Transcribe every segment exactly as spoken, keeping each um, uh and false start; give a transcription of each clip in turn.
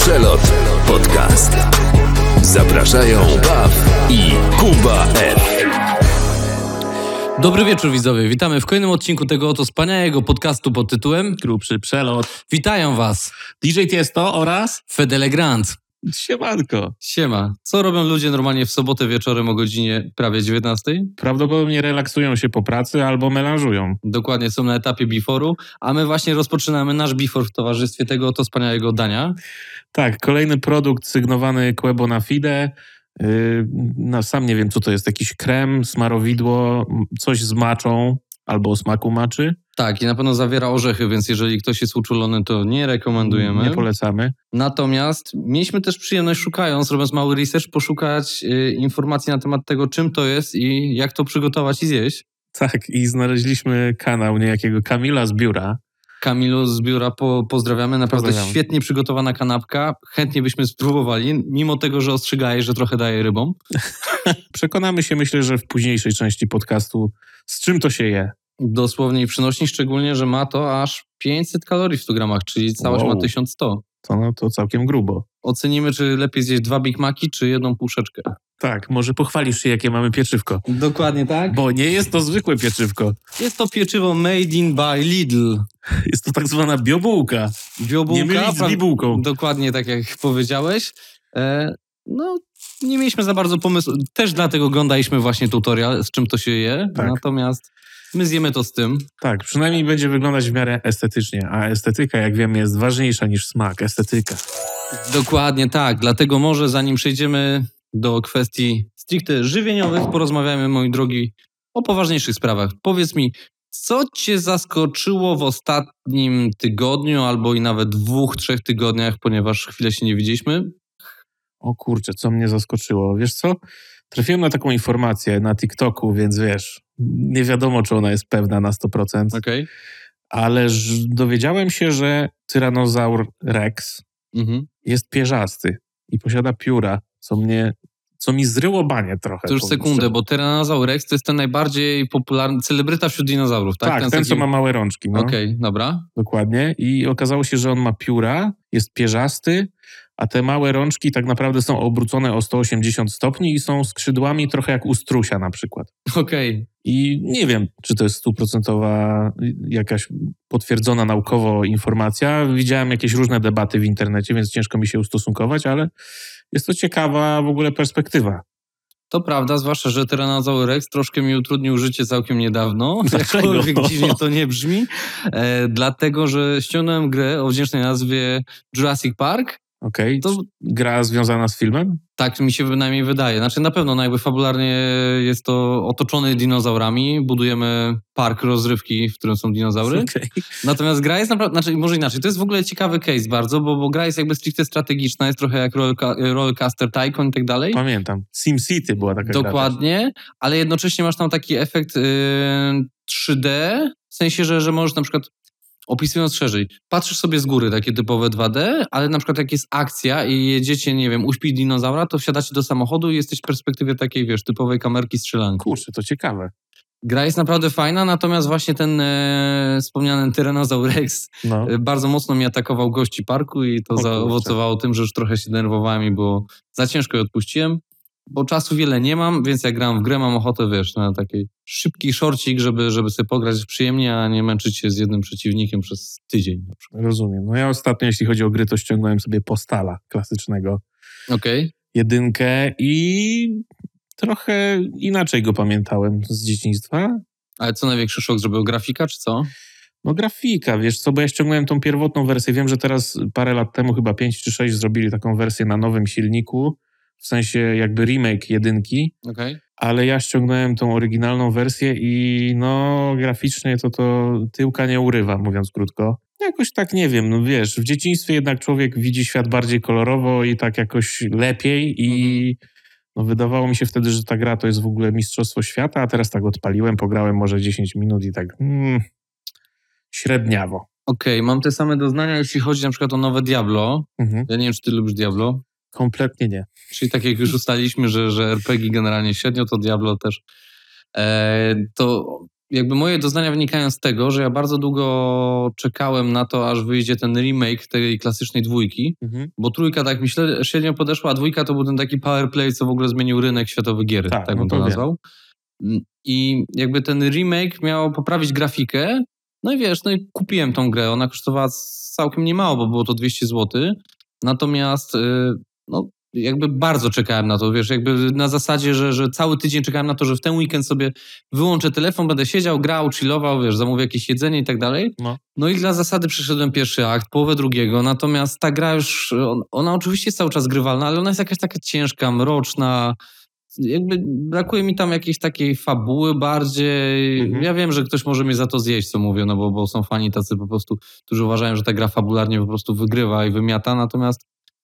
Przelot Podcast. Zapraszają Paw i Kuba F. Dobry wieczór widzowie, witamy w kolejnym odcinku tego oto wspaniałego podcastu pod tytułem Grubszy Przelot. Witają was D J Tiesto oraz Fede Legrand. Siemanko. Siema. Co robią ludzie normalnie w sobotę wieczorem o godzinie prawie dziewiętnastej? Prawdopodobnie relaksują się po pracy albo melanżują. Dokładnie, są na etapie before'u, a my właśnie rozpoczynamy nasz before w towarzystwie tego oto wspaniałego dania. Tak, kolejny produkt sygnowany Quebo na Fide. Yy, no, sam nie wiem, co to jest. Jakiś krem, smarowidło, coś z maczą albo o smaku maczy. Tak, i na pewno zawiera orzechy, więc jeżeli ktoś jest uczulony, to nie rekomendujemy. Nie polecamy. Natomiast mieliśmy też przyjemność, szukając, robiąc mały research, poszukać y, informacji na temat tego, czym to jest i jak to przygotować i zjeść. Tak, i znaleźliśmy kanał niejakiego Kamila z biura. Kamilu z biura po, pozdrawiamy. Naprawdę Pozdrawiam. Świetnie przygotowana kanapka. Chętnie byśmy spróbowali, mimo tego, że ostrzegałeś, że trochę daje rybom. Przekonamy się, myślę, że w późniejszej części podcastu, z czym to się je. Dosłownie i przynośni, szczególnie, że ma to aż pięćset kalorii w stu gramach, czyli całość Wow. ma tysiąc sto. To, no, to całkiem grubo. Ocenimy, czy lepiej zjeść dwa Big Maci, czy jedną puszeczkę. Tak, może pochwalisz się, jakie mamy pieczywko. Dokładnie tak. Bo nie jest to zwykłe pieczywko. Jest to pieczywo made in by Lidl. Jest to tak zwana biobułka. Biobułka. Nie mylić z pra- bibułką. Dokładnie tak, jak powiedziałeś. E, no, nie mieliśmy za bardzo pomysłu. Też dlatego oglądaliśmy właśnie tutorial, z czym to się je. Tak. Natomiast my zjemy to z tym. Tak, przynajmniej będzie wyglądać w miarę estetycznie, a estetyka, jak wiemy, jest ważniejsza niż smak. Estetyka. Dokładnie tak. Dlatego może zanim przejdziemy do kwestii stricte żywieniowych, porozmawiamy, moi drogi, o poważniejszych sprawach. Powiedz mi, co cię zaskoczyło w ostatnim tygodniu, albo i nawet dwóch, trzech tygodniach, ponieważ chwilę się nie widzieliśmy? O kurczę, co mnie zaskoczyło. Wiesz co? Trafiłem na taką informację na TikToku, więc wiesz, nie wiadomo, czy ona jest pewna na sto procent, Okej. ale ż- dowiedziałem się, że tyranozaur Rex Mhm. jest pierzasty i posiada pióra, co mnie, co mi zryło banie trochę. To już powiem sekundę, szczerze. bo Tyrannosaurus Rex to jest ten najbardziej popularny celebryta wśród dinozaurów, tak? Tak, ten, ten co ma małe rączki. No. Okej, dobra. Dokładnie. I okazało się, że on ma pióra, jest pierzasty, a te małe rączki tak naprawdę są obrócone o sto osiemdziesiąt stopni i są skrzydłami trochę jak u strusia na przykład. Okej. I nie wiem, czy to jest stuprocentowa jakaś potwierdzona naukowo informacja. Widziałem jakieś różne debaty w internecie, więc ciężko mi się ustosunkować, ale jest to ciekawa w ogóle perspektywa. To prawda, zwłaszcza, że Tyrannosaurus Rex troszkę mi utrudnił życie całkiem niedawno. Dlaczego? Jakkolwiek dziwnie to nie brzmi. E, dlatego, że ściągnąłem grę o wdzięcznej nazwie Jurassic Park. Okej, To gra związana z filmem? tak mi się bynajmniej wydaje. Znaczy na pewno no jakby fabularnie jest to otoczony dinozaurami. Budujemy park rozrywki, w którym są dinozaury. Okej. Natomiast gra jest naprawdę, znaczy może inaczej, to jest w ogóle ciekawy case bardzo, bo, bo gra jest jakby stricte strategiczna, jest trochę jak Rollca- Rollercoaster Tycoon i tak dalej. Pamiętam. SimCity była taka gra też. Dokładnie, ale jednocześnie masz tam taki efekt yy, trzy D, w sensie, że, że możesz na przykład, opisując szerzej, patrzysz sobie z góry, takie typowe dwa D, ale na przykład jak jest akcja i jedziecie, nie wiem, uśpić dinozaura, to wsiadacie do samochodu i jesteś w perspektywie takiej, wiesz, typowej kamerki strzelanki. Kurczę, to ciekawe. Gra jest naprawdę fajna, natomiast właśnie ten e, wspomniany Tyrannosaurus Rex No. e, bardzo mocno mi atakował gości parku i to O kurczę. zaowocowało tym, że już trochę się denerwowałem i było za ciężko i odpuściłem, bo czasu wiele nie mam, więc jak gram w grę, mam ochotę, wiesz, na taki szybki szorcik, żeby, żeby sobie pograć przyjemnie, a nie męczyć się z jednym przeciwnikiem przez tydzień na przykład. Rozumiem. No ja ostatnio, jeśli chodzi o gry, to ściągnąłem sobie Postala klasycznego, Okej. jedynkę i trochę inaczej go pamiętałem z dzieciństwa. Ale co największy szok zrobił? Grafika czy co? No grafika, wiesz co, bo ja ściągnąłem tą pierwotną wersję. Wiem, że teraz parę lat temu, chyba pięć czy sześć, zrobili taką wersję na nowym silniku, w sensie jakby remake jedynki, Okej. ale ja ściągnąłem tą oryginalną wersję i no graficznie to to tyłka nie urywa, mówiąc krótko. Jakoś tak nie wiem, no wiesz, w dzieciństwie jednak człowiek widzi świat bardziej kolorowo i tak jakoś lepiej i no wydawało mi się wtedy, że ta gra to jest w ogóle mistrzostwo świata, a teraz tak odpaliłem, pograłem może dziesięć minut i tak mm, średniawo. Okej, mam te same doznania, jeśli chodzi na przykład o nowe Diablo. Mhm. Ja nie wiem, czy ty lubisz Diablo. Kompletnie nie. Czyli tak jak już ustaliliśmy, że, że er pe gie generalnie średnio, to Diablo też. E, to jakby moje doznania wynikają z tego, że ja bardzo długo czekałem na to, aż wyjdzie ten remake tej klasycznej dwójki, mhm. bo trójka tak myślę średnio podeszła, a dwójka to był ten taki power play, co w ogóle zmienił rynek światowy gier, tak, tak bym no to, to nazwał. Wiem. I jakby ten remake miał poprawić grafikę, no i wiesz, no i kupiłem tą grę, ona kosztowała całkiem niemało, bo było to dwieście złotych, natomiast no jakby bardzo czekałem na to, wiesz, jakby na zasadzie, że, że cały tydzień czekałem na to, że w ten weekend sobie wyłączę telefon, będę siedział, grał, chillował, wiesz, zamówię jakieś jedzenie i tak dalej. No. no i dla zasady przeszedłem pierwszy akt, połowę drugiego, natomiast ta gra już, ona oczywiście jest cały czas grywalna, ale ona jest jakaś taka ciężka, mroczna, jakby brakuje mi tam jakiejś takiej fabuły bardziej. Mhm. Ja wiem, że ktoś może mnie za to zjeść, co mówię, no bo, bo są fani tacy po prostu, którzy uważają, że ta gra fabularnie po prostu wygrywa i wymiata, natomiast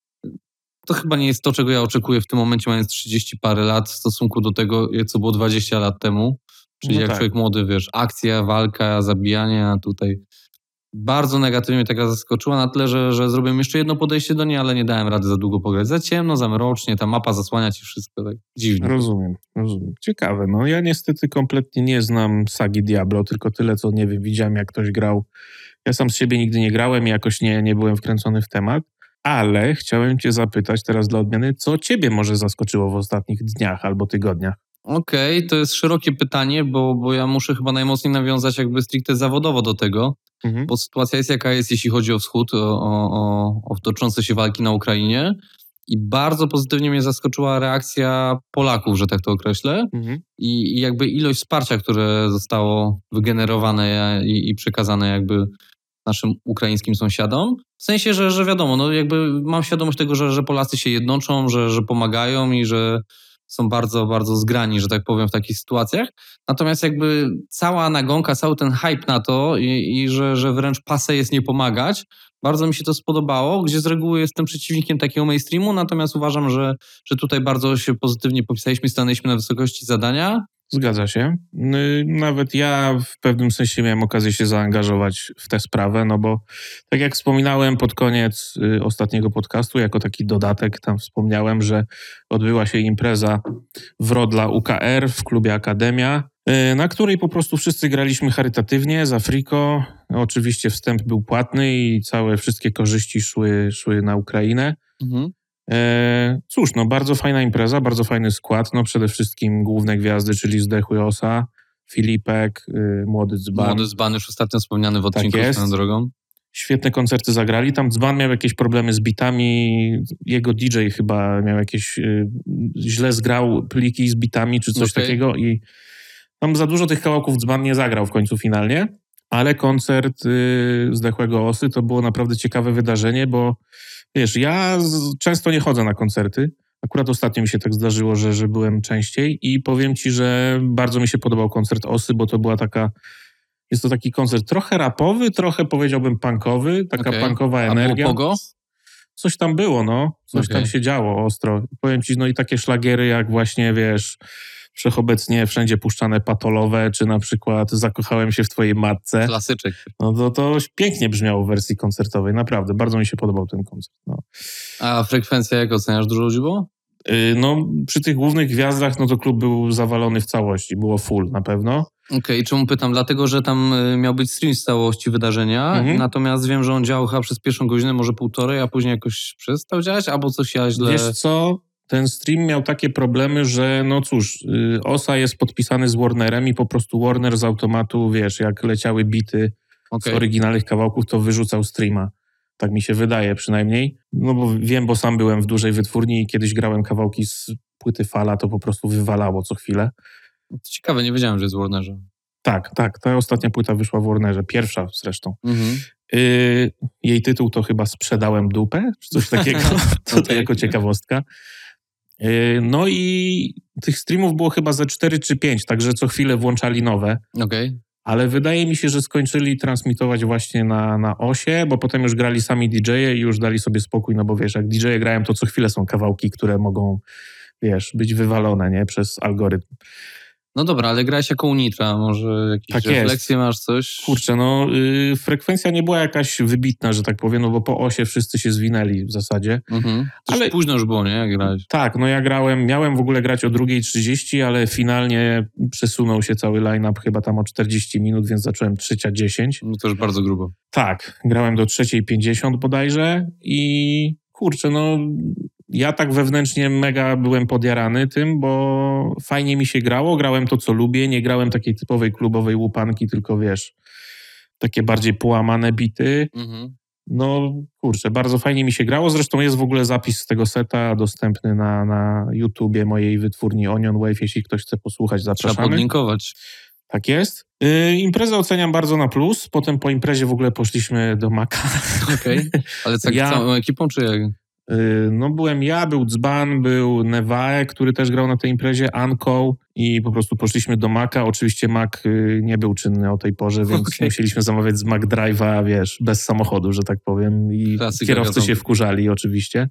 to chyba nie jest to, czego ja oczekuję w tym momencie, mając trzydzieści parę lat w stosunku do tego, co było dwadzieścia lat temu. Czyli no jak tak. Człowiek młody, wiesz, akcja, walka, zabijanie, a tutaj bardzo negatywnie mnie taka zaskoczyła na tle, że, że zrobiłem jeszcze jedno podejście do niej, ale nie dałem rady za długo pograć. Za ciemno, za mrocznie, ta mapa zasłania ci wszystko, tak dziwnie. Rozumiem, rozumiem. Ciekawe, no ja niestety kompletnie nie znam sagi Diablo, tylko tyle, co nie wiem, widziałem jak ktoś grał. Ja sam z siebie nigdy nie grałem i jakoś nie, nie byłem wkręcony w temat. Ale chciałem cię zapytać teraz dla odmiany, co ciebie może zaskoczyło w ostatnich dniach albo tygodniach? Okej, okay, to jest szerokie pytanie, bo, bo ja muszę chyba najmocniej nawiązać jakby stricte zawodowo do tego, mhm. bo sytuacja jest jaka jest, jeśli chodzi o wschód, o, o, o toczące się walki na Ukrainie i bardzo pozytywnie mnie zaskoczyła reakcja Polaków, że tak to określę mhm. I, i jakby ilość wsparcia, które zostało wygenerowane i, i przekazane jakby naszym ukraińskim sąsiadom. W sensie, że, że wiadomo, no jakby mam świadomość tego, że, że Polacy się jednoczą, że, że pomagają i że są bardzo, bardzo zgrani, że tak powiem, w takich sytuacjach. Natomiast jakby cała nagonka, cały ten hype na to i, i że, że wręcz pase jest nie pomagać, bardzo mi się to spodobało, gdzie z reguły jestem przeciwnikiem takiego mainstreamu, natomiast uważam, że, że tutaj bardzo się pozytywnie popisaliśmy, stanęliśmy na wysokości zadania. Zgadza się. Nawet ja w pewnym sensie miałem okazję się zaangażować w tę sprawę, no bo tak jak wspominałem pod koniec ostatniego podcastu, jako taki dodatek tam wspomniałem, że odbyła się impreza w Rodla U K R w klubie Akademia, na której po prostu wszyscy graliśmy charytatywnie za friko. Oczywiście wstęp był płatny i całe wszystkie korzyści szły, szły na Ukrainę. Mhm. E, cóż, no bardzo fajna impreza, bardzo fajny skład, no przede wszystkim główne gwiazdy, czyli Zdechły Osa, Filipek, y, Młody Dzban. Młody Dzban już ostatnio wspomniany w odcinku tak swoją drogą. Świetne koncerty zagrali, tam Dzban miał jakieś problemy z bitami, jego D J chyba miał jakieś, y, źle zgrał pliki z bitami czy coś okay. takiego i tam za dużo tych kawałków Dzban nie zagrał w końcu finalnie, ale koncert y, Zdechłego Osy to było naprawdę ciekawe wydarzenie, bo wiesz, ja z, często nie chodzę na koncerty. Akurat ostatnio mi się tak zdarzyło, że, że byłem częściej i powiem ci, że bardzo mi się podobał koncert Osy, bo to była taka, jest to taki koncert trochę rapowy, trochę powiedziałbym punkowy, taka okay. punkowa energia. A było pogo? Coś tam było, no. Coś okay. tam się działo ostro. Powiem ci, no i takie szlagiery jak właśnie, wiesz, wszechobecnie wszędzie puszczane Patolowe, czy na przykład Zakochałem się w twojej matce. Klasyczek. No to, to pięknie brzmiało w wersji koncertowej, naprawdę. Bardzo mi się podobał ten koncert. No. A frekwencja jak oceniasz? Dużo ludzi było? Yy, no przy tych głównych gwiazdach, no to klub był zawalony w całości. Było full na pewno. Okej, okay, czemu pytam? Dlatego, że tam miał być stream z całości wydarzenia, mhm. natomiast wiem, że on działał chyba przez pierwszą godzinę, może półtorej, a później jakoś przestał działać, albo coś ja źle... Wiesz co? Ten stream miał takie problemy, że no cóż, yy, Osa jest podpisany z Warnerem i po prostu Warner z automatu, wiesz, jak leciały bity okay. z oryginalnych kawałków, to wyrzucał streama. Tak mi się wydaje przynajmniej. No bo wiem, bo sam byłem w dużej wytwórni i kiedyś grałem kawałki z płyty Fala, to po prostu wywalało co chwilę. To ciekawe, nie wiedziałem, że jest w Warnerze. Tak, tak. Ta ostatnia płyta wyszła w Warnerze. Pierwsza zresztą. Mhm. Yy, jej tytuł to chyba Sprzedałem dupę, czy coś takiego. To, to jako ciekawostka. No i tych streamów było chyba ze cztery czy pięć, także co chwilę włączali nowe. Okay. Ale wydaje mi się, że skończyli transmitować właśnie na, na Osie, bo potem już grali sami D J-e i już dali sobie spokój, no bo wiesz, jak D J-e grają, to co chwilę są kawałki, które mogą, wiesz, być wywalone, nie, przez algorytm. No dobra, ale grałeś jako Unitra, może jakieś Tak refleksje jest. masz, coś? Kurczę, no yy, frekwencja nie była jakaś wybitna, że tak powiem, no bo po osie wszyscy się zwinęli w zasadzie. Mhm. Też Ale- późno już było, nie? Jak grałeś. Tak, no ja grałem, miałem w ogóle grać o drugiej trzydzieści, ale finalnie przesunął się cały line-up chyba tam o czterdzieści minut, więc zacząłem trzecia dziesięć. No to już bardzo grubo. Tak, grałem do trzeciej pięćdziesiąt bodajże i kurczę, no ja tak wewnętrznie mega byłem podjarany tym, bo fajnie mi się grało, grałem to, co lubię, nie grałem takiej typowej klubowej łupanki, tylko wiesz, takie bardziej połamane bity. Mhm. No kurczę, bardzo fajnie mi się grało, zresztą jest w ogóle zapis z tego seta dostępny na, na YouTubie mojej wytwórni Onion Wave, jeśli ktoś chce posłuchać, Trzeba zapraszamy. podlinkować. Tak jest. Yy, imprezę oceniam bardzo na plus, potem po imprezie w ogóle poszliśmy do Maka. Okej. Ale tak Ja- całą ekipą, czy jak? Yy, No byłem ja, był Dzban, był Nevae, który też grał na tej imprezie, Anko i po prostu poszliśmy do Maka. Oczywiście Mac yy, nie był czynny o tej porze, więc Okej. musieliśmy zamawiać z Mac Drive'a, wiesz, bez samochodu, że tak powiem. I Klasyka, kierowcy wiadomo. się wkurzali oczywiście.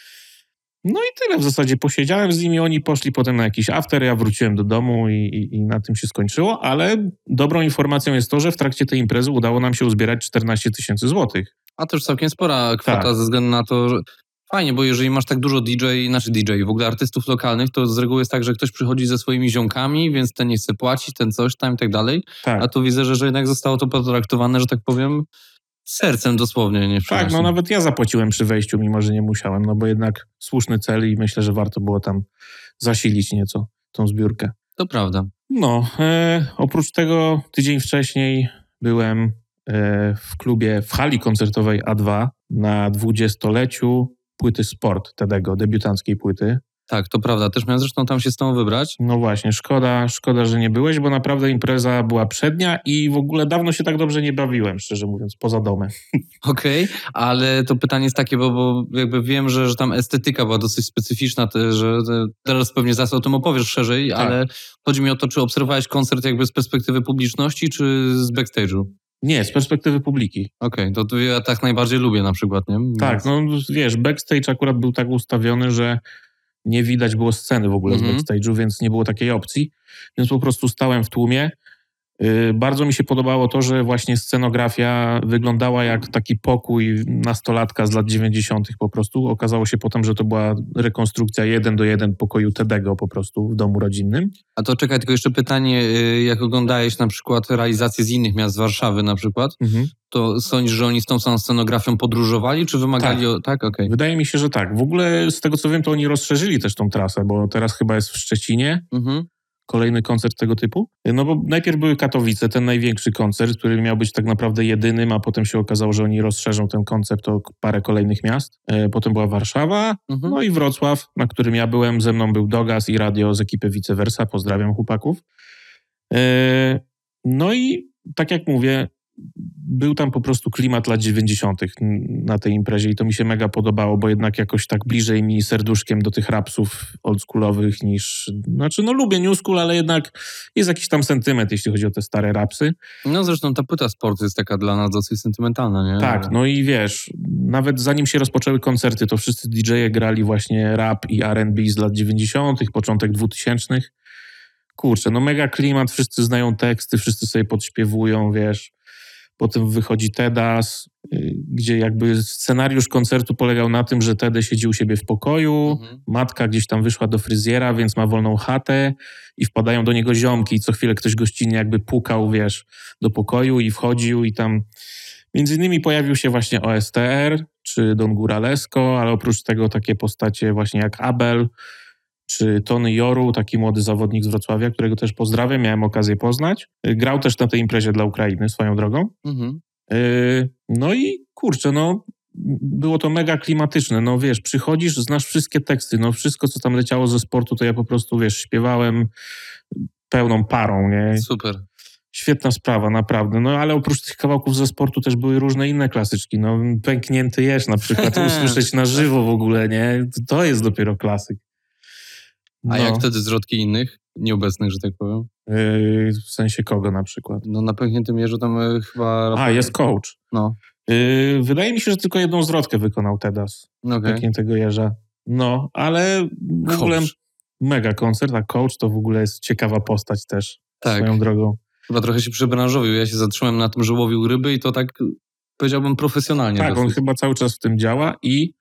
No i tyle w zasadzie. Posiedziałem z nimi, oni poszli potem na jakiś after, ja wróciłem do domu i, i, i na tym się skończyło, ale dobrą informacją jest to, że w trakcie tej imprezy udało nam się uzbierać czternaście tysięcy złotych. A to już całkiem spora kwota Tak. ze względu na to, że fajnie, bo jeżeli masz tak dużo D J, znaczy D J, w ogóle artystów lokalnych, to z reguły jest tak, że ktoś przychodzi ze swoimi ziomkami, więc ten nie chce płacić, ten coś tam i tak dalej. Tak. A tu widzę, że, że jednak zostało to potraktowane, że tak powiem, sercem dosłownie, nie Tak, przyjaźnią. no nawet ja zapłaciłem przy wejściu, mimo że nie musiałem, no bo jednak słuszny cel i myślę, że warto było tam zasilić nieco tą zbiórkę. To prawda. No, e, oprócz tego tydzień wcześniej byłem e, w klubie, w hali koncertowej A dwa na dwudziestoleciu płyty Sport Tedego, debiutanckiej płyty. Tak, to prawda. Też miałem zresztą tam się z tobą wybrać. No właśnie, szkoda, szkoda, że nie byłeś, bo naprawdę impreza była przednia i w ogóle dawno się tak dobrze nie bawiłem, szczerze mówiąc, poza domem. Okej, ale to pytanie jest takie, bo, bo jakby wiem, że, że tam estetyka była dosyć specyficzna, te, że te, teraz pewnie zaraz o tym opowiesz szerzej, Tak. ale chodzi mi o to, czy obserwowałeś koncert jakby z perspektywy publiczności, czy z backstage'u? Nie, z perspektywy publiki. Okej, to, to ja tak najbardziej lubię na przykład, nie? Tak, no wiesz, backstage akurat był tak ustawiony, że nie widać było sceny w ogóle Mhm. z backstage'u, więc nie było takiej opcji. Więc po prostu stałem w tłumie. Yy, bardzo mi się podobało to, że właśnie scenografia wyglądała jak taki pokój nastolatka z lat dziewięćdziesiątych po prostu. Okazało się potem, że to była rekonstrukcja jeden do jeden pokoju Tedego po prostu w domu rodzinnym. A to czekaj, tylko jeszcze pytanie, y, jak oglądałeś na przykład realizacje z innych miast, z Warszawy na przykład, Mhm. to sądzisz, że oni z tą samą scenografią podróżowali, czy wymagali... Tak. O... Tak, okej. Wydaje mi się, że tak. W ogóle z tego co wiem, to oni rozszerzyli też tą trasę, bo teraz chyba jest w Szczecinie. Mhm. Kolejny koncert tego typu. No bo najpierw były Katowice, ten największy koncert, który miał być tak naprawdę jedynym, a potem się okazało, że oni rozszerzą ten koncept o parę kolejnych miast. E, Potem była Warszawa, Mhm. no i Wrocław, na którym ja byłem. Ze mną był Dogas i radio z ekipy Vice Versa. Pozdrawiam chłopaków. E, No i tak jak mówię, był tam po prostu klimat lat dziewięćdziesiątych na tej imprezie i to mi się mega podobało, bo jednak jakoś tak bliżej mi serduszkiem do tych rapsów oldschoolowych niż... Znaczy, no lubię new school, ale jednak jest jakiś tam sentyment, jeśli chodzi o te stare rapsy. No zresztą ta płyta Sport jest taka dla nas dosyć sentymentalna, nie? Tak, no i wiesz, nawet zanim się rozpoczęły koncerty, to wszyscy D J-e grali właśnie rap i R and B z lat dziewięćdziesiątych, początek dwutysięcznych. Kurczę, no mega klimat, wszyscy znają teksty, wszyscy sobie podśpiewują, wiesz. Potem wychodzi Tedas, y, gdzie jakby scenariusz koncertu polegał na tym, że Tede siedzi u siebie w pokoju, Mhm. matka gdzieś tam wyszła do fryzjera, więc ma wolną chatę i wpadają do niego ziomki i co chwilę ktoś gościnnie jakby pukał, wiesz, do pokoju i wchodził i tam między innymi pojawił się właśnie O S T R czy Don Góralesko, ale oprócz tego takie postacie właśnie jak Abel czy Tony Joru, taki młody zawodnik z Wrocławia, którego też pozdrawiam, miałem okazję poznać. Y, Grał też na tej imprezie dla Ukrainy swoją drogą. Mhm. Yy, No i kurczę, no było to mega klimatyczne, no wiesz, przychodzisz, znasz wszystkie teksty, no wszystko, co tam leciało ze sportu, to ja po prostu, wiesz, śpiewałem pełną parą, nie? Super. Świetna sprawa, naprawdę, no ale oprócz tych kawałków ze sportu też były różne inne klasyczki, no Pęknięty jeż na przykład, usłyszeć na żywo w ogóle, nie? To jest dopiero klasyk. A No, jak wtedy zwrotki innych, nieobecnych, że tak powiem? yy, w sensie kogo na przykład? No na Pękniętym Jeżu tam y, chyba... A, jest coach. No, Yy, wydaje mi się, że tylko jedną zwrotkę wykonał Tedas. okej. Pękniętego jeża. No, ale w ogóle Coach. Mega koncert, a Coach to w ogóle jest ciekawa postać też, Tak. swoją drogą. Chyba trochę się przebranżowił. Ja się zatrzymałem na tym, że łowił ryby i to tak, powiedziałbym, profesjonalnie. Tak, dosyć. on chyba cały czas w tym działa i,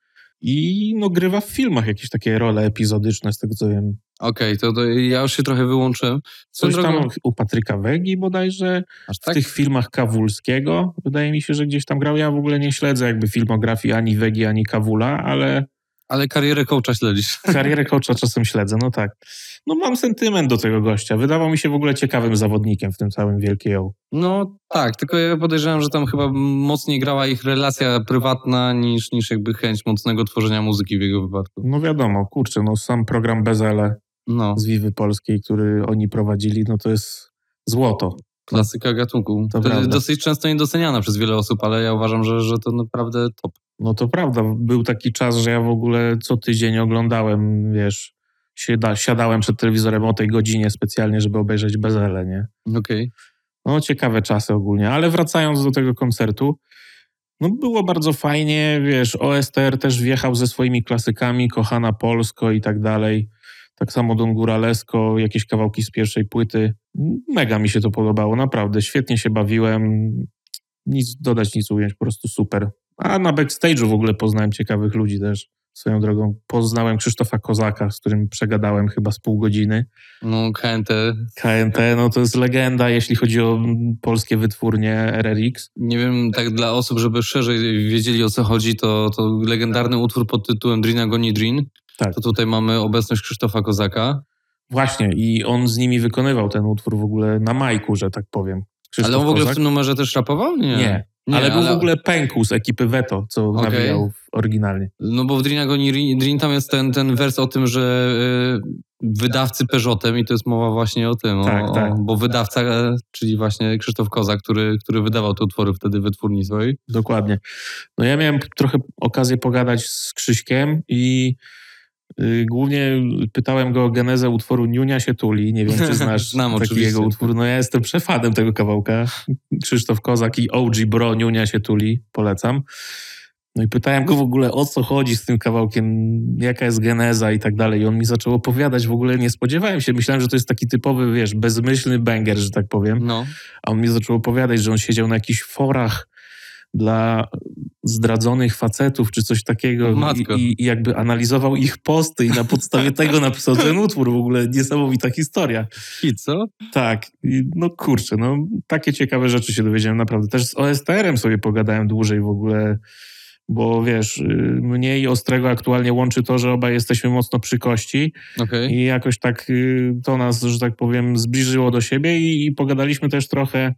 i no, grywa w filmach jakieś takie role epizodyczne, z tego co wiem. Okej, okay, to, to ja już się trochę wyłączyłem. Coś drogą... tam u Patryka Wegi bodajże, Aż w tak? tych filmach Kawulskiego. Wydaje mi się, że gdzieś tam grał. Ja w ogóle nie śledzę jakby filmografii ani Wegi, ani Kawula, ale... Ale karierę coacha śledzisz. Karierę coacha czasem śledzę, no tak. No mam sentyment do tego gościa. Wydawał mi się w ogóle ciekawym zawodnikiem w tym całym Wielkiej O. No tak, tylko ja podejrzewam, że tam chyba mocniej grała ich relacja prywatna niż, niż jakby chęć mocnego tworzenia muzyki w jego wypadku. No wiadomo, kurczę, no sam program Bezele no. z Vivy Polskiej, który oni prowadzili, no to jest złoto. Klasyka gatunku. To to prawda. Dosyć często niedoceniana przez wiele osób, ale ja uważam, że, że to naprawdę top. No to prawda. Był taki czas, że ja w ogóle co tydzień oglądałem, wiesz, siada, siadałem przed telewizorem o tej godzinie specjalnie, żeby obejrzeć Bezele, nie? Okej. Okay. No ciekawe czasy ogólnie, ale wracając do tego koncertu, no było bardzo fajnie, wiesz, O S T R też wjechał ze swoimi klasykami, Kochana Polsko i tak dalej. Tak samo Don Góralesko, jakieś kawałki z pierwszej płyty. Mega mi się to podobało, naprawdę. Świetnie się bawiłem. Nic dodać, nic ująć, po prostu super. A na backstage'u w ogóle poznałem ciekawych ludzi też. Swoją drogą poznałem Krzysztofa Kozaka, z którym przegadałem chyba z pół godziny. No K N T. K N T, no to jest legenda, jeśli chodzi o polskie wytwórnie R R X. Nie wiem, tak dla osób, żeby szerzej wiedzieli o co chodzi, to, to legendarny utwór pod tytułem Drina goni Drin. Tak. To tutaj mamy obecność Krzysztofa Kozaka. Właśnie i on z nimi wykonywał ten utwór w ogóle na majku, że tak powiem. Krzysztof ale on w ogóle Kozak. w tym numerze też rapował? Nie. Nie. Nie, ale był ale... w ogóle Pęku z ekipy Veto, co okay. nawijał oryginalnie. No bo w Drina goni Drin tam jest ten, ten wers o tym, że y, wydawcy Peugeotem i to jest mowa właśnie o tym, tak, o, tak. O, bo wydawca, czyli właśnie Krzysztof Kozak, który, który wydawał te utwory wtedy w wytwórni swojej. Dokładnie. No ja miałem trochę okazję pogadać z Krzyśkiem i y, głównie pytałem go o genezę utworu Niunia się tuli. Nie wiem, czy znasz Znam, taki oczywiście. jego utwór. No ja jestem przefanem tego kawałka. Krzysztof Kozak i O G Bro Niunia się tuli. Polecam. No i pytałem go w ogóle, o co chodzi z tym kawałkiem, jaka jest geneza i tak dalej. I on mi zaczął opowiadać, w ogóle nie spodziewałem się. Myślałem, że to jest taki typowy, wiesz, bezmyślny banger, że tak powiem. No. A on mi zaczął opowiadać, że on siedział na jakichś forach dla zdradzonych facetów, czy coś takiego. Matko. I, I jakby analizował ich posty i na podstawie tego napisał ten utwór. W ogóle niesamowita historia. I co? Tak. I no kurczę, no takie ciekawe rzeczy się dowiedziałem naprawdę. Też z O S T R-em sobie pogadałem dłużej w ogóle, bo wiesz, mnie i Ostrego aktualnie łączy to, że obaj jesteśmy mocno przy kości okay. i jakoś tak to nas, że tak powiem, zbliżyło do siebie i, i pogadaliśmy też trochę,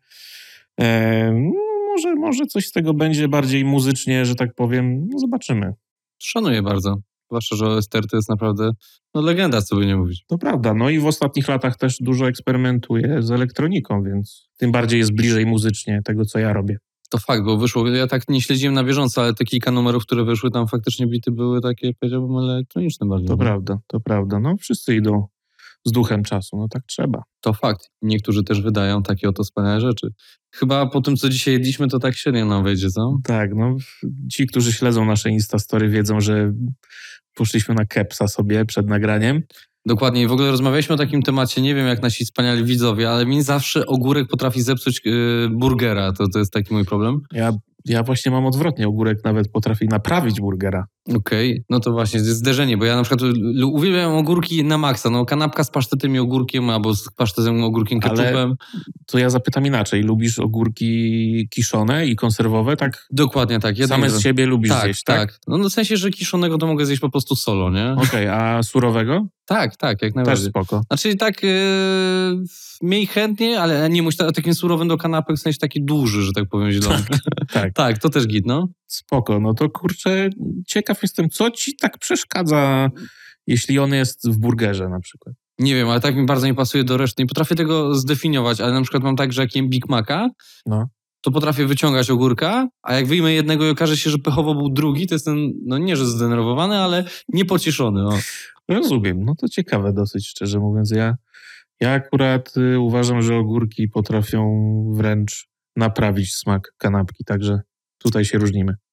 e, może, może coś z tego będzie bardziej muzycznie, że tak powiem, no zobaczymy. Szanuję bardzo, zwłaszcza, że O S T R to jest naprawdę no, legenda, co by nie mówić. To prawda, no i w ostatnich latach też dużo eksperymentuję z elektroniką, więc tym bardziej jest bliżej muzycznie tego, co ja robię. To fakt, bo wyszło, ja tak nie śledziłem na bieżąco, ale te kilka numerów, które wyszły, tam faktycznie bity były takie, powiedziałbym, elektroniczne bardziej. To prawda, to prawda. No wszyscy idą z duchem czasu, no tak trzeba. To fakt. Niektórzy też wydają takie oto wspaniałe rzeczy. Chyba po tym, co dzisiaj jedliśmy, to tak średnio nam wejdzie, co? Tak, no ci, którzy śledzą nasze Instastory, wiedzą, że poszliśmy na kepsa sobie przed nagraniem. Dokładnie. I w ogóle rozmawialiśmy o takim temacie, nie wiem jak nasi wspaniali widzowie, ale mi zawsze ogórek potrafi zepsuć yy, burgera. To, to jest taki mój problem. Ja, ja właśnie mam odwrotnie. Ogórek nawet potrafi naprawić burgera. Okej, okay. No to właśnie, jest zderzenie, bo ja na przykład uwielbiam ogórki na maksa. No kanapka z pasztetem i ogórkiem, albo z pasztetem, ogórkiem, ketchupem. Ale to ja zapytam inaczej. Lubisz ogórki kiszone i konserwowe, tak? Dokładnie tak. Same z siebie lubisz tak, zjeść, tak? tak? No, no w sensie, że kiszonego to mogę zjeść po prostu solo, nie? Okej, okay, a surowego? Tak, tak, jak najbardziej. Też spoko. Znaczy tak yy, mniej chętnie, ale nie musi takim surowym do kanapek, w sensie taki duży, że tak powiem, zielony. tak. Tak, to też git, no. Spoko, no to kurczę, ciekaw jestem, co ci tak przeszkadza, jeśli on jest w burgerze na przykład? Nie wiem, ale tak mi bardzo nie pasuje do reszty. Nie potrafię tego zdefiniować, ale na przykład mam tak, że jak jem Big Maca, no. to potrafię wyciągać ogórka, a jak wyjmę jednego i okaże się, że pechowo był drugi, to jestem, no nie, że zdenerwowany, ale niepocieszony. O. Rozumiem, no to ciekawe dosyć, szczerze mówiąc. Ja, ja akurat y, uważam, że ogórki potrafią wręcz naprawić smak kanapki, także tutaj się różnimy.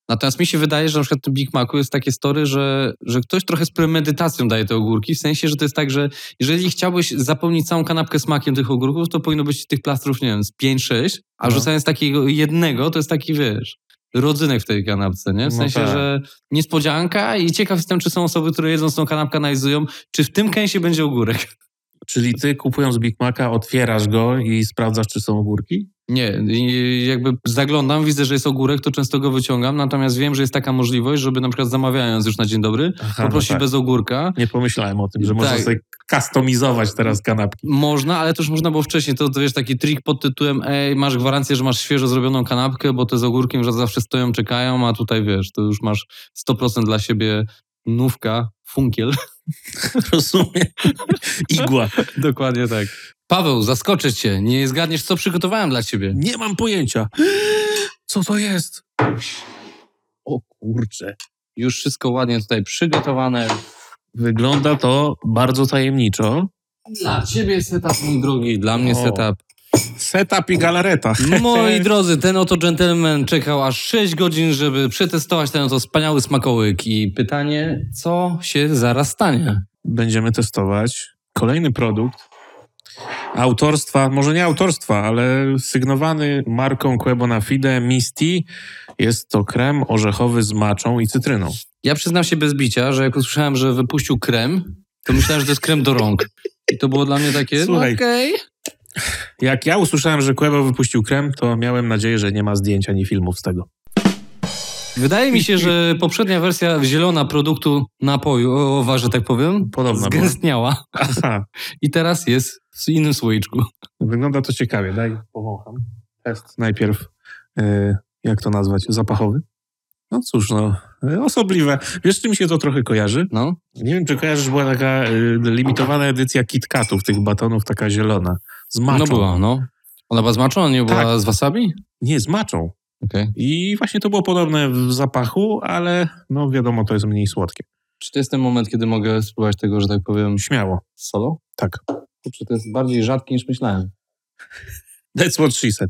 Natomiast mi się wydaje, że na przykład w tym Big Macu jest takie story, że, że ktoś trochę z premedytacją daje te ogórki, w sensie, że to jest tak, że jeżeli chciałbyś zapełnić całą kanapkę smakiem tych ogórków, to powinno być tych plastrów, nie wiem, z pięć sześć, a No. rzucając takiego jednego, to jest taki, wiesz, rodzynek w tej kanapce, nie? W No sensie, tak. że niespodzianka i ciekaw jestem, czy są osoby, które jedząc tą kanapkę analizują, czy w tym kęsie będzie ogórek. Czyli ty kupując Big Maca otwierasz go i sprawdzasz, czy są ogórki? Nie, i jakby zaglądam, widzę, że jest ogórek, to często go wyciągam, natomiast wiem, że jest taka możliwość, żeby na przykład zamawiając już na dzień dobry, Aha, poprosić no tak. bez ogórka. Nie pomyślałem o tym, że Tak. można sobie kustomizować teraz kanapki. Można, ale to już można było wcześniej. To, to wiesz, taki trik pod tytułem ej, masz gwarancję, że masz świeżo zrobioną kanapkę, bo te z ogórkiem już zawsze stoją, czekają, a tutaj wiesz, to już masz sto procent dla siebie nówka, funkiel. Rozumiem. Igła. Dokładnie tak. Paweł, zaskoczę cię. Nie zgadniesz, co przygotowałem dla ciebie. Nie mam pojęcia. Co to jest? O kurczę. Już wszystko ładnie tutaj przygotowane. Wygląda to bardzo tajemniczo. Dla ciebie setup, mój drogi, dla mnie O. setup. Setup i galareta. Moi drodzy, ten oto gentleman czekał aż sześć godzin, żeby przetestować ten oto wspaniały smakołyk. I pytanie, co się zaraz stanie? Będziemy testować kolejny produkt autorstwa, może nie autorstwa, ale sygnowany marką Quebo na Fide Misty. Jest to krem orzechowy z maczą i cytryną. Ja przyznam się bez bicia, że jak usłyszałem, że wypuścił krem, to myślałem, że to jest krem do rąk. I to było dla mnie takie, Słuchaj. no okej. Jak ja usłyszałem, że Quebo wypuścił krem, to miałem nadzieję, że nie ma zdjęć ani filmów z tego. Wydaje mi się, że poprzednia wersja zielona produktu napoju, o, że tak powiem, Podobna była. zgęstniała. Aha. I teraz jest w innym słoiczku. Wygląda to ciekawie. Daj, powącham. Test najpierw, e, jak to nazwać, zapachowy. No cóż, no, e, osobliwe. Wiesz, czym się to trochę kojarzy? No. Nie wiem, czy kojarzysz, była taka e, limitowana edycja KitKatów, tych batonów, taka zielona. Z maczą. No była, no. Ona była z maczą, a nie była Tak. z wasabi? Nie, z maczą. Okej. I właśnie to było podobne w zapachu, ale no wiadomo, to jest mniej słodkie. Czy to jest ten moment, kiedy mogę spróbować tego, że tak powiem, Śmiało. solo? Tak. Kurczę, to jest bardziej rzadkie niż myślałem. That's what she said.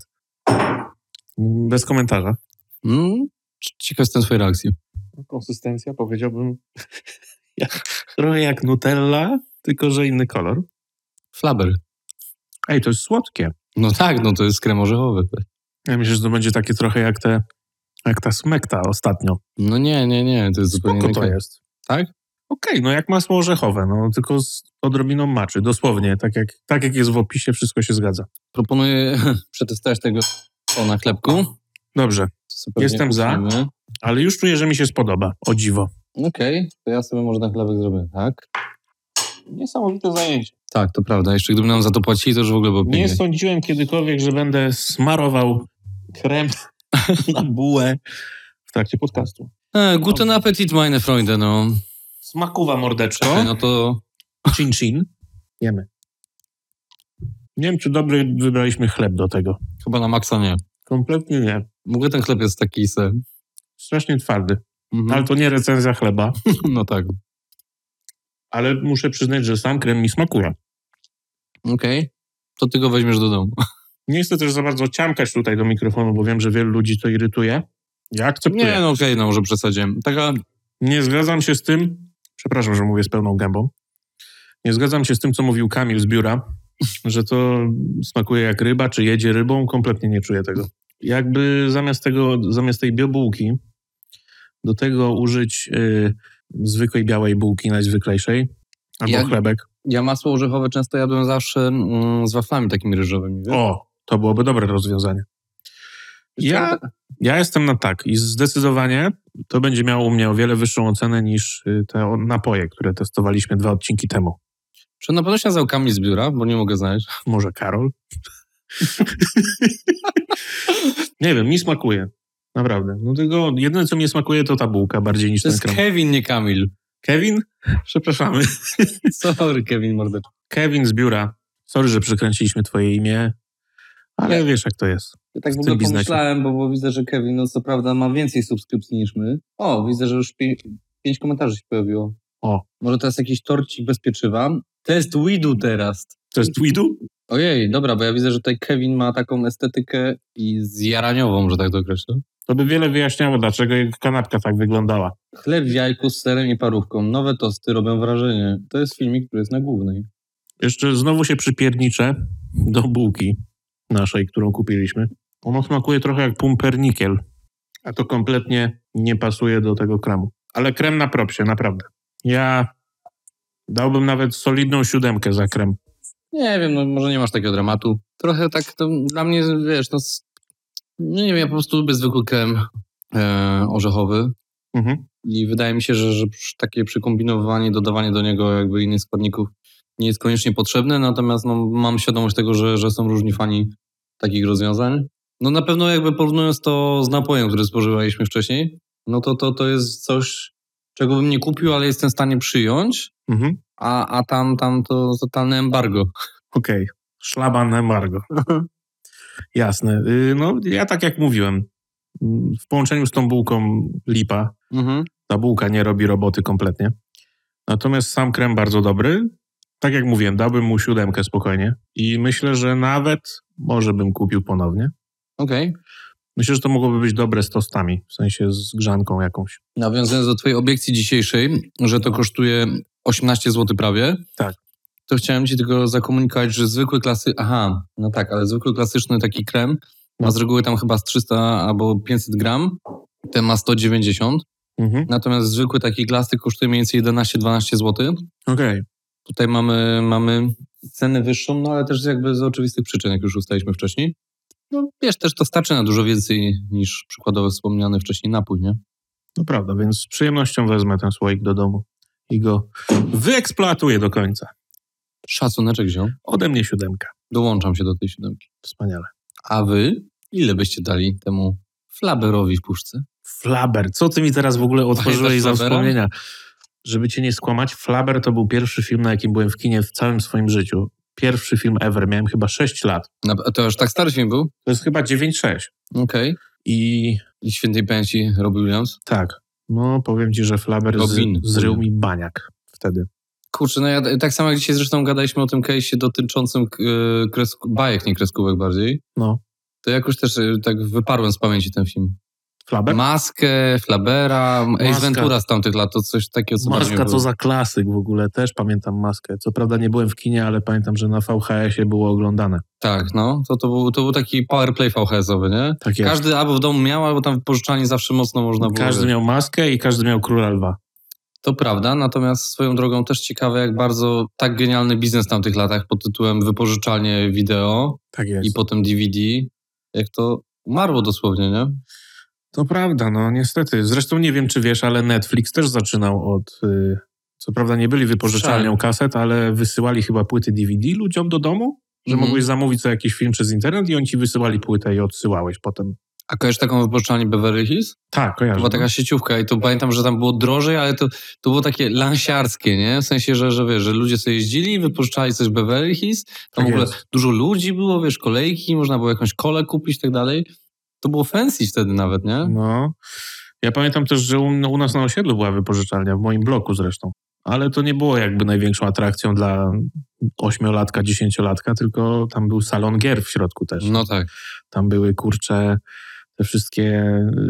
Bez komentarza. Mm, ciekaw jestem twojej reakcji. Konsystencja powiedziałbym jak, trochę jak Nutella, tylko że inny kolor. Flaber. Ej, to jest słodkie. No tak, no to jest krem orzechowy. Ja myślę, że to będzie takie trochę jak te, jak ta smekta ostatnio. No nie, nie, nie, to jest zupełnie Spoko inny to krem. jest. Tak? Okej, no jak masło orzechowe, no tylko z odrobiną maczy, dosłownie, tak jak, tak jak jest w opisie, wszystko się zgadza. Proponuję przetestować tego o na chlebku. Dobrze, To sobie pewnie Jestem za. kłócimy. ale już czuję, że mi się spodoba, o dziwo. Okej, to ja sobie może na chlebek zrobię, tak? Niesamowite zajęcie. Tak, to prawda. Jeszcze gdyby nam za to płacili, to już w ogóle było pięknie. Nie sądziłem kiedykolwiek, że będę smarował krem na bułę w trakcie podcastu. E, guten Appetit, meine Freunde, no. Smakuwa mordeczko. Czekaj, no to... Chin chin. Jemy. Nie wiem, czy dobry wybraliśmy chleb do tego. Chyba na maksa nie. Kompletnie nie. W ogóle ten chleb jest taki se... Strasznie twardy. Mhm. Ale to nie recenzja chleba. No tak. Ale muszę przyznać, że sam krem mi smakuje. Okej. To ty go weźmiesz do domu. Nie chcę też za bardzo ciamkać tutaj do mikrofonu, bo wiem, że wielu ludzi to irytuje. Ja akceptuję. Nie, no okej, no może przesadziłem. Taka... Nie zgadzam się z tym, przepraszam, że mówię z pełną gębą, nie zgadzam się z tym, co mówił Kamil z biura, że to smakuje jak ryba, czy jedzie rybą, kompletnie nie czuję tego. Jakby zamiast tego, zamiast tej biobułki do tego użyć y, zwykłej białej bułki, najzwyklejszej, albo Ja- chlebek. Ja masło orzechowe często jadłem zawsze mm, z waflami takimi ryżowymi, wiesz? O, to byłoby dobre rozwiązanie. Ja, ja jestem na tak i zdecydowanie to będzie miało u mnie o wiele wyższą ocenę niż y, te o- napoje, które testowaliśmy dwa odcinki temu. Czy na pewno się nazywał Kamil z biura, bo nie mogę znaleźć. Może Karol? Nie wiem, mi smakuje. Naprawdę. No tylko jedyne, co mi smakuje, to ta bułka bardziej niż To ten jest krem. Kevin, nie Kamil. Kevin? Przepraszamy. Sorry, Kevin mordeczko. Kevin z biura. Sorry, że przekręciliśmy twoje imię, ale Nie. wiesz, jak to jest. Ja tak w W ogóle tym biznesie. pomyślałem, bo, bo widzę, że Kevin, no co prawda ma więcej subskrypcji niż my. O, widzę, że już pięć, pięć komentarzy się pojawiło. O. Może to jest jakiś torcik bez pieczywa. Test Widu teraz. To jest Twidu? Ojej, dobra, bo ja widzę, że tutaj Kevin ma taką estetykę i zjaraniową, że tak to określę. To by wiele wyjaśniało, dlaczego jego kanapka tak wyglądała. Chleb w jajku z serem i parówką. Nowe tosty robią wrażenie. To jest filmik, który jest na głównej. Jeszcze znowu się przypierniczę do bułki naszej, którą kupiliśmy. Ono smakuje trochę jak pumpernikiel, a to kompletnie nie pasuje do tego kremu. Ale krem na propsie, naprawdę. Ja dałbym nawet solidną siódemkę za krem. Nie wiem, no może nie masz takiego dramatu. Trochę tak to dla mnie, wiesz, no... Nie wiem, ja po prostu lubię zwykły krem e, orzechowy. Mhm. I wydaje mi się, że, że takie przykombinowanie, dodawanie do niego jakby innych składników nie jest koniecznie potrzebne, natomiast no, mam świadomość tego, że, że są różni fani takich rozwiązań. No na pewno jakby porównując to z napojem, który spożywaliśmy wcześniej, no to, to, to jest coś, czego bym nie kupił, ale jestem w stanie przyjąć, Mhm. a, a tam, tam to totalne embargo. Okej, okay. Szlaban embargo. Jasne. No ja tak jak mówiłem, w połączeniu z tą bułką lipa, Mhm. ta bułka nie robi roboty kompletnie. Natomiast sam krem bardzo dobry. Tak jak mówiłem, dałbym mu siódemkę spokojnie i myślę, że nawet może bym kupił ponownie. Okej. Okay. Myślę, że to mogłoby być dobre z tostami, w sensie z grzanką jakąś. Nawiązując do twojej obiekcji dzisiejszej, że to kosztuje osiemnaście złotych prawie. Tak. To chciałem ci tylko zakomunikować, że zwykły klasy... Aha, no tak, ale zwykły klasyczny taki krem ma z reguły tam chyba z trzysta albo pięćset gram, ten ma sto dziewięćdziesiąt, mhm. natomiast zwykły taki glasy kosztuje mniej więcej jedenaście dwanaście złotych. Okej. Okay. Tutaj mamy, mamy cenę wyższą, no ale też jakby z oczywistych przyczyn, jak już ustaliliśmy wcześniej. No wiesz, też to starczy na dużo więcej niż przykładowo wspomniany wcześniej napój, nie? No prawda, więc z przyjemnością wezmę ten słoik do domu i go wyeksploatuję do końca. Szacuneczek wziął. Ode mnie siódemka. Dołączam się do tej siódemki. Wspaniale. A wy? Ile byście dali temu flaberowi w puszce? Flaber. Co ty mi teraz w ogóle otworzyłeś za wspomnienia? Żeby cię nie skłamać, Flaber to był pierwszy film, na jakim byłem w kinie w całym swoim życiu. Pierwszy film ever. Miałem chyba sześć lat. No, to już tak stary film był? To jest chyba dziewięć sześć. Okej. Okay. I... I świętej pamięci Robbie Williams? Tak. No powiem ci, że Flaber z, zrył mi baniak wtedy. Kurczę, no ja tak samo jak dzisiaj zresztą gadaliśmy o tym case'ie dotyczącym yy, kresku, bajek, nie kreskówek bardziej. No. To jakoś też yy, tak wyparłem z pamięci ten film. Flaber? Maskę, Flabera, Maska. Ace Ventura z tamtych lat, to coś takiego, co Maska to za klasyk w ogóle, też pamiętam Maskę. Co prawda nie byłem w kinie, ale pamiętam, że na V H S-ie było oglądane. Tak, no, to, to, był, to był taki powerplay V H S-owy, nie? Tak jest. Każdy albo w domu miał, albo tam w pożyczalni zawsze mocno można było... Każdy miał Maskę i każdy miał Króla Lwa. To prawda, natomiast swoją drogą też ciekawe, jak bardzo tak genialny biznes w tamtych latach pod tytułem wypożyczalnie wideo tak jest. I potem D V D, jak to umarło dosłownie, nie? To prawda, no niestety. Zresztą nie wiem, czy wiesz, ale Netflix też zaczynał od... Yy, co prawda nie byli wypożyczalnią kaset, ale wysyłali chyba płyty D V D ludziom do domu, że mm. mogłeś zamówić sobie jakiś film przez internet i oni ci wysyłali płytę i odsyłałeś potem. A kojarzysz taką wypożyczalnię Beverly Hills? Tak, kojarzę. To była taka sieciówka i to pamiętam, że tam było drożej, ale to, to było takie lansiarskie, nie? W sensie, że, że wiesz, że ludzie sobie jeździli, wypożyczali coś w Beverly Hills, tam tak w ogóle jest. Dużo ludzi było, wiesz, kolejki, można było jakąś kolę kupić i tak dalej. To było fancy wtedy nawet, nie? No. Ja pamiętam też, że u, u nas na osiedlu była wypożyczalnia, w moim bloku zresztą. Ale to nie było jakby największą atrakcją dla ośmiolatka, dziesięciolatka, tylko tam był salon gier w środku też. No tak. Tam były, kurcze, te wszystkie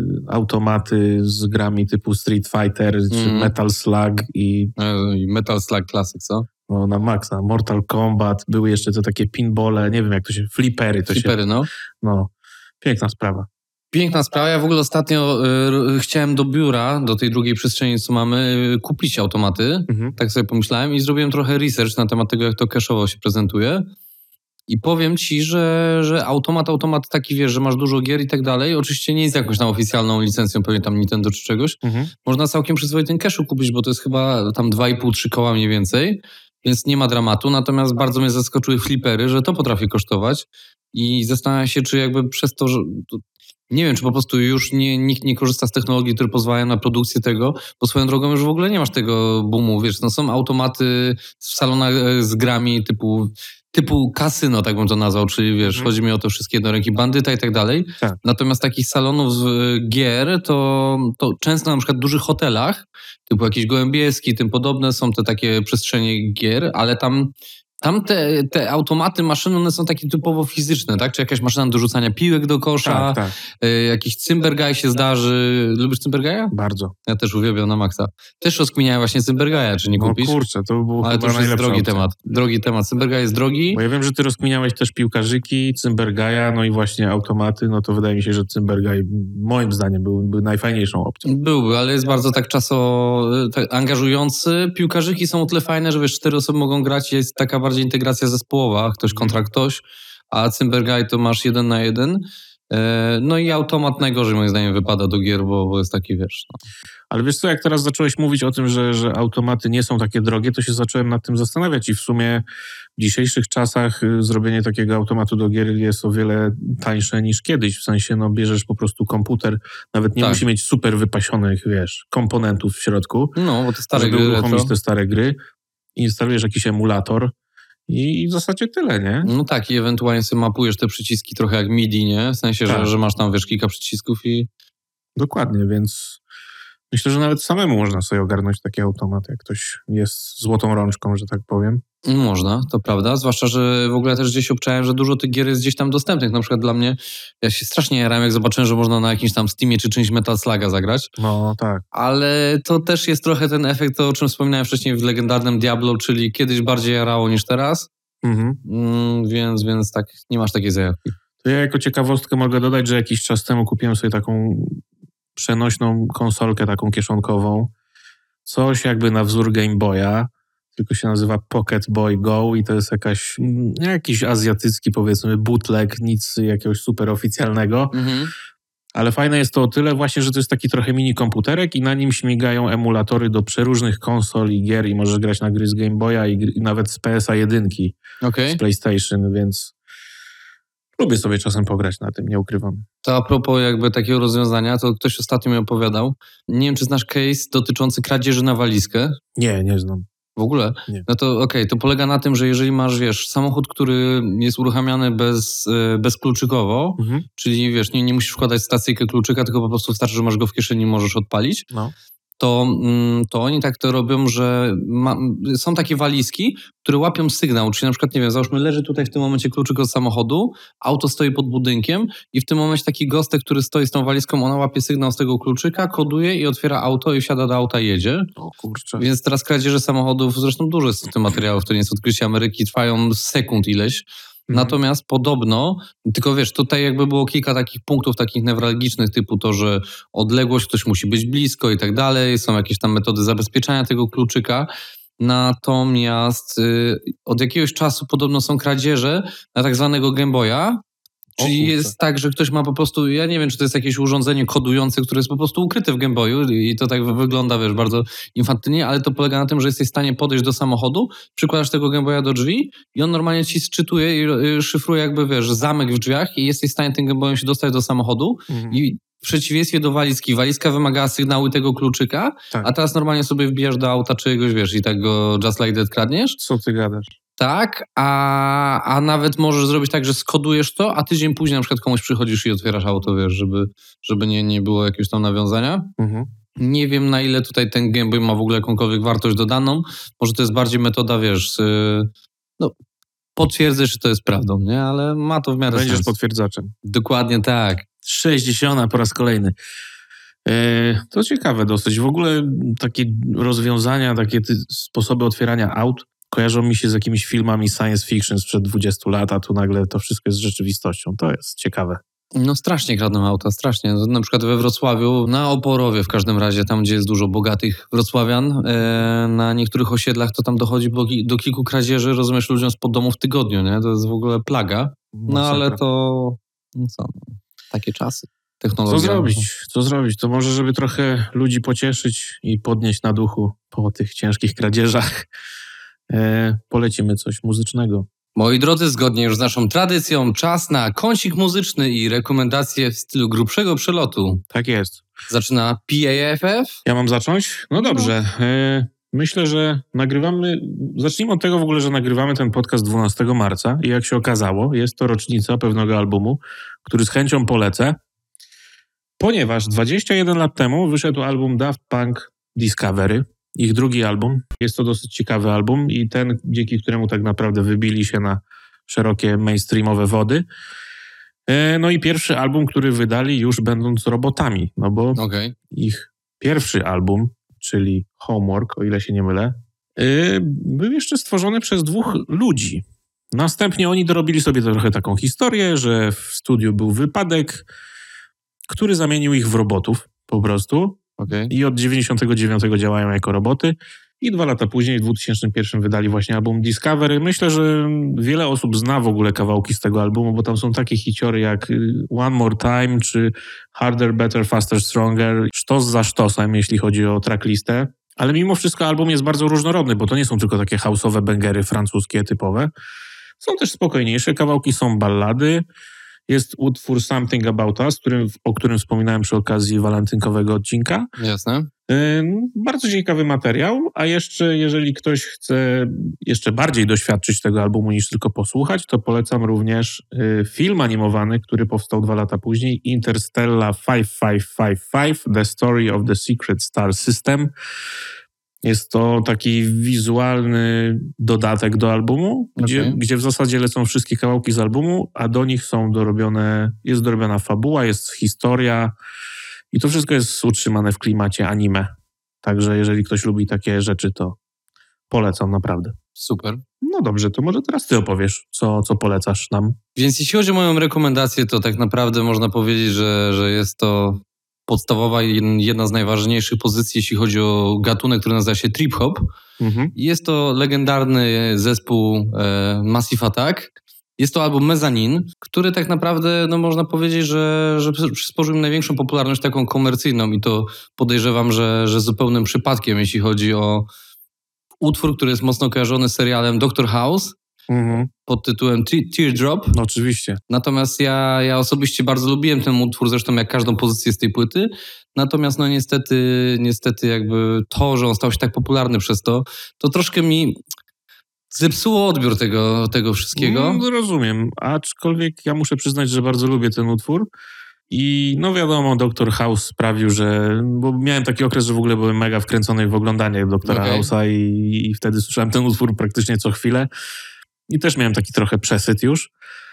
automaty z grami typu Street Fighter, mm. czy Metal Slug i... I Metal Slug Classic, co? No na maksa. Mortal Kombat, były jeszcze te takie pinbole, nie wiem jak to się... Flipery to Flipery, się... no. No, piękna sprawa. Piękna sprawa. Ja w ogóle ostatnio y, chciałem do biura, do tej drugiej przestrzeni, co mamy, y, kupić automaty. Mhm. Tak sobie pomyślałem i zrobiłem trochę research na temat tego, jak to cashowo się prezentuje. I powiem ci, że, że automat, automat taki, wiesz, że masz dużo gier i tak dalej. Oczywiście nie jest jakąś tam oficjalną licencją, pewnie tam Nintendo czy czegoś. Mhm. Można całkiem przyzwoitym cashu kupić, bo to jest chyba tam dwa i pół trzy koła mniej więcej. Więc nie ma dramatu. Natomiast bardzo mnie zaskoczyły flipery, że to potrafi kosztować. I zastanawiam się, czy jakby przez to, że... Nie wiem, czy po prostu już nie, nikt nie korzysta z technologii, które pozwalają na produkcję tego, bo swoją drogą już w ogóle nie masz tego boomu, wiesz, no są automaty w salonach z grami typu, typu kasyno, tak bym to nazwał, czyli wiesz, mm. chodzi mi o te wszystkie jednoręki bandyta i tak dalej. Tak. Natomiast takich salonów z gier to, to często na przykład w dużych hotelach, typu jakiś Gołębieski, tym podobne, są te takie przestrzenie gier, ale tam Tam te, te automaty, maszyny, one są takie typowo fizyczne, tak? Czy jakaś maszyna do rzucania piłek do kosza, Tak, tak. y, jakiś cymbergaj się zdarzy. Lubisz cymbergaja? Bardzo. Ja też uwielbiam na maksa. Też rozkminiałem właśnie cymbergaja, czy nie No kupisz? kurczę, to był Ale chyba to już jest najlepsza drogi opcja. temat. Drogi temat. Cymbergaj jest drogi. Bo ja wiem, że ty rozkminiałeś też piłkarzyki, cymbergaja, no i właśnie automaty, no to wydaje mi się, że cymbergaj moim zdaniem byłby najfajniejszą opcją. Byłby, ale jest bardzo tak czaso tak angażujący. Piłkarzyki są o tyle fajne, że wiesz, cztery osoby mogą grać, jest taka bardziej integracja zespołowa, ktoś kontra ktoś, a Cymbergaj to masz jeden na jeden. No i automat najgorzej moim zdaniem wypada do gier, bo, bo jest taki, wiesz... No. Ale wiesz co, jak teraz zacząłeś mówić o tym, że, że automaty nie są takie drogie, to się zacząłem nad tym zastanawiać i w sumie w dzisiejszych czasach zrobienie takiego automatu do gier jest o wiele tańsze niż kiedyś. W sensie, no bierzesz po prostu komputer, nawet nie tak. musi mieć super wypasionych, wiesz, komponentów w środku, no, bo te stare żeby gry uruchomić retro. te stare gry, instalujesz jakiś emulator i w zasadzie tyle, nie? No tak, i ewentualnie sobie mapujesz te przyciski trochę jak MIDI, nie? W sensie, tak. że, że masz tam, wiesz, kilka przycisków i... Dokładnie, więc myślę, że nawet samemu można sobie ogarnąć taki automat, jak ktoś jest złotą rączką, że tak powiem. Można, to prawda, zwłaszcza, że w ogóle też gdzieś obczałem, że dużo tych gier jest gdzieś tam dostępnych. Na przykład dla mnie, ja się strasznie jarałem, jak zobaczyłem, że można na jakimś tam Steamie czy czymś Metal Sluga zagrać. No tak. Ale to też jest trochę ten efekt, o czym wspominałem wcześniej w legendarnym Diablo, czyli kiedyś bardziej jarało niż teraz, Mhm. mm, więc, więc tak, nie masz takiej zajawki. To ja jako ciekawostkę mogę dodać, że jakiś czas temu kupiłem sobie taką przenośną konsolkę, taką kieszonkową, coś jakby na wzór Game Boya, tylko się nazywa Pocket Boy Go i to jest jakaś, jakiś azjatycki, powiedzmy, bootleg, nic jakiegoś super oficjalnego. Mhm. Ale fajne jest to o tyle właśnie, że to jest taki trochę mini komputerek i na nim śmigają emulatory do przeróżnych konsol i gier i możesz grać na gry z Game Boya i, i nawet z P S a jeden, Okay. z PlayStation, więc lubię sobie czasem pograć na tym, nie ukrywam. To a propos jakby takiego rozwiązania, to ktoś ostatnio mi opowiadał, nie wiem, czy znasz case dotyczący kradzieży na walizkę. Nie, nie znam. W ogóle? Nie. No to okej, okay, to polega na tym, że jeżeli masz, wiesz, samochód, który jest uruchamiany bez, bezkluczykowo, mhm. czyli wiesz, nie, nie musisz wkładać stacyjkę kluczyka, tylko po prostu wystarczy, że masz go w kieszeni i możesz odpalić, no. to, to oni tak to robią, że ma, są takie walizki, które łapią sygnał, czyli na przykład, nie wiem, załóżmy, leży tutaj w tym momencie kluczyk od samochodu, auto stoi pod budynkiem i w tym momencie taki gostek, który stoi z tą walizką, ona łapie sygnał z tego kluczyka, koduje i otwiera auto i wsiada do auta i jedzie. O kurczę. Więc teraz kradzieże samochodów, zresztą dużo jest tych materiałów, to nie jest odkrycie Ameryki, trwają sekund ileś. Mhm. Natomiast podobno, tylko wiesz, tutaj jakby było kilka takich punktów takich newralgicznych, typu to, że odległość, ktoś musi być blisko i tak dalej, są jakieś tam metody zabezpieczania tego kluczyka. Natomiast y, od jakiegoś czasu podobno są kradzieże na tak zwanego Game Boya, czyli jest tak, że ktoś ma po prostu, ja nie wiem, czy to jest jakieś urządzenie kodujące, które jest po prostu ukryte w Game Boyu i to tak wygląda, wiesz, bardzo infantylnie, ale to polega na tym, że jesteś w stanie podejść do samochodu, przykładasz tego Game Boya do drzwi i on normalnie ci sczytuje i szyfruje jakby, wiesz, zamek w drzwiach i jesteś w stanie tym Game Boyem się dostać do samochodu mhm. i w przeciwieństwie do walizki, walizka wymagała sygnału tego kluczyka, tak. A teraz normalnie sobie wbijasz do auta czyjegoś, wiesz, i tak go just like that kradniesz. Co ty gadasz? Tak, a, a nawet możesz zrobić tak, że skodujesz to, a tydzień później na przykład komuś przychodzisz i otwierasz auto, wiesz, żeby, żeby nie, nie było jakiegoś tam nawiązania. Mhm. Nie wiem, na ile tutaj ten Game Boy ma w ogóle jakąkolwiek wartość dodaną. Może to jest bardziej metoda, wiesz, yy, no potwierdzę, że to jest prawdą, nie? Ale ma to w miarę Będziesz sens. potwierdzaczem. Dokładnie tak. sześćdziesiąt po raz kolejny. E, to ciekawe dosyć. W ogóle takie rozwiązania, takie ty, sposoby otwierania aut kojarzą mi się z jakimiś filmami science fiction sprzed dwudziestu lat, a tu nagle to wszystko jest rzeczywistością. To jest ciekawe. No strasznie kradną auta, strasznie. Na przykład we Wrocławiu, na Oporowie w każdym razie, tam gdzie jest dużo bogatych wrocławian, e, na niektórych osiedlach to tam dochodzi do, do kilku kradzieży, rozumiesz, ludziom spod domu w tygodniu, nie? To jest w ogóle plaga. No, no ale to... No co, takie czasy. Technologia. Co zrobić? Co zrobić? To może, żeby trochę ludzi pocieszyć i podnieść na duchu po tych ciężkich kradzieżach, e, polecimy coś muzycznego. Moi drodzy, zgodnie już z naszą tradycją, czas na kącik muzyczny i rekomendacje w stylu grubszego przelotu. Tak jest. Zaczyna P A F F? Ja mam zacząć? No dobrze. E, myślę, że nagrywamy... Zacznijmy od tego w ogóle, że nagrywamy ten podcast dwunastego marca i jak się okazało, jest to rocznica pewnego albumu, który z chęcią polecę, ponieważ dwadzieścia jeden lat temu wyszedł album Daft Punk Discovery ich drugi album. Jest to dosyć ciekawy album i ten, dzięki któremu tak naprawdę wybili się na szerokie mainstreamowe wody. No i pierwszy album, który wydali już będąc robotami, no bo okay. ich pierwszy album, czyli Homework, o ile się nie mylę, był jeszcze stworzony przez dwóch ludzi. Następnie oni dorobili sobie trochę taką historię, że w studiu był wypadek, który zamienił ich w robotów po prostu. Okay. I od dziewięćdziesiątego dziewiątego działają jako roboty. I dwa lata później, w dwa tysiące pierwszym wydali właśnie album Discovery. Myślę, że wiele osób zna w ogóle kawałki z tego albumu, bo tam są takie hiciory jak One More Time, czy Harder, Better, Faster, Stronger. Sztos za sztosem, jeśli chodzi o tracklistę. Ale mimo wszystko album jest bardzo różnorodny, bo to nie są tylko takie house'owe bangery francuskie typowe. Są też spokojniejsze kawałki, są ballady. Jest utwór Something About Us, którym, o którym wspominałem przy okazji walentynkowego odcinka. Jasne. Yy, bardzo ciekawy materiał, a jeszcze jeżeli ktoś chce jeszcze bardziej doświadczyć tego albumu niż tylko posłuchać, to polecam również yy, film animowany, który powstał dwa lata później, Interstellar pięć pięć pięć pięć, The Story of the Secret Star System. Jest to taki wizualny dodatek do albumu, okay. gdzie, gdzie w zasadzie lecą wszystkie kawałki z albumu, a do nich są dorobione, jest dorobiona fabuła, jest historia i to wszystko jest utrzymane w klimacie anime. Także jeżeli ktoś lubi takie rzeczy, to polecam naprawdę. Super. No dobrze, to może teraz ty opowiesz, co, co polecasz nam. Więc jeśli chodzi o moją rekomendację, to tak naprawdę można powiedzieć, że, że jest to podstawowa i jedna z najważniejszych pozycji, jeśli chodzi o gatunek, który nazywa się trip hop. Mhm. Jest to legendarny zespół e, Massive Attack. Jest to album Mezzanine, który tak naprawdę, no można powiedzieć, że, że przysporzył im największą popularność taką komercyjną i to podejrzewam, że, że zupełnym przypadkiem, jeśli chodzi o utwór, który jest mocno kojarzony z serialem Doctor House. Mhm. Pod tytułem Teardrop. No oczywiście. Natomiast ja, ja osobiście bardzo lubiłem ten utwór, zresztą jak każdą pozycję z tej płyty. Natomiast no niestety, niestety jakby to, że on stał się tak popularny przez to, to troszkę mi zepsuło odbiór tego, tego wszystkiego. No, rozumiem, aczkolwiek ja muszę przyznać, że bardzo lubię ten utwór. I no wiadomo, Doktor House sprawił, że... Bo miałem taki okres, że w ogóle byłem mega wkręcony w oglądanie Doktora okay. House'a i, i wtedy słyszałem ten utwór praktycznie co chwilę. I też miałem taki trochę przesyt już,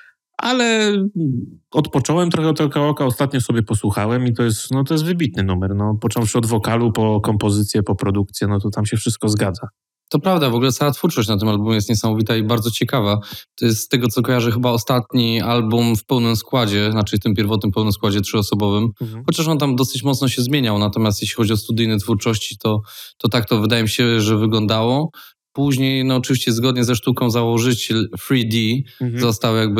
ale odpocząłem trochę od tego kawałka, ostatnio sobie posłuchałem i to jest, no, to jest wybitny numer. No, począwszy od wokalu, po kompozycję, po produkcję, no to tam się wszystko zgadza. To prawda, w ogóle cała twórczość na tym albumie jest niesamowita i bardzo ciekawa. To jest z tego, co kojarzę, chyba ostatni album w pełnym składzie, znaczy w tym pierwotnym pełnym składzie trzyosobowym, mhm. chociaż on tam dosyć mocno się zmieniał, natomiast jeśli chodzi o studyjne twórczości, to, to tak to wydaje mi się, że wyglądało. Później, no oczywiście zgodnie ze sztuką założyciel trzy D mhm. został jakby,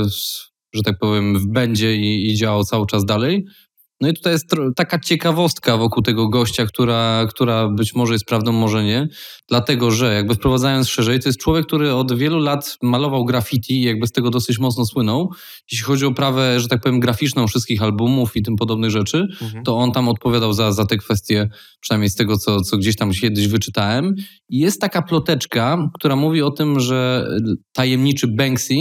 że tak powiem, w będzie i, i działał cały czas dalej. No i tutaj jest taka ciekawostka wokół tego gościa, która, która być może jest prawdą, może nie. Dlatego, że jakby wprowadzając szerzej, to jest człowiek, który od wielu lat malował graffiti i jakby z tego dosyć mocno słynął. Jeśli chodzi o prawę, że tak powiem, graficzną wszystkich albumów i tym podobnych rzeczy, mhm. to on tam odpowiadał za, za te kwestie, przynajmniej z tego, co, co gdzieś tam kiedyś wyczytałem. I jest taka ploteczka, która mówi o tym, że tajemniczy Banksy,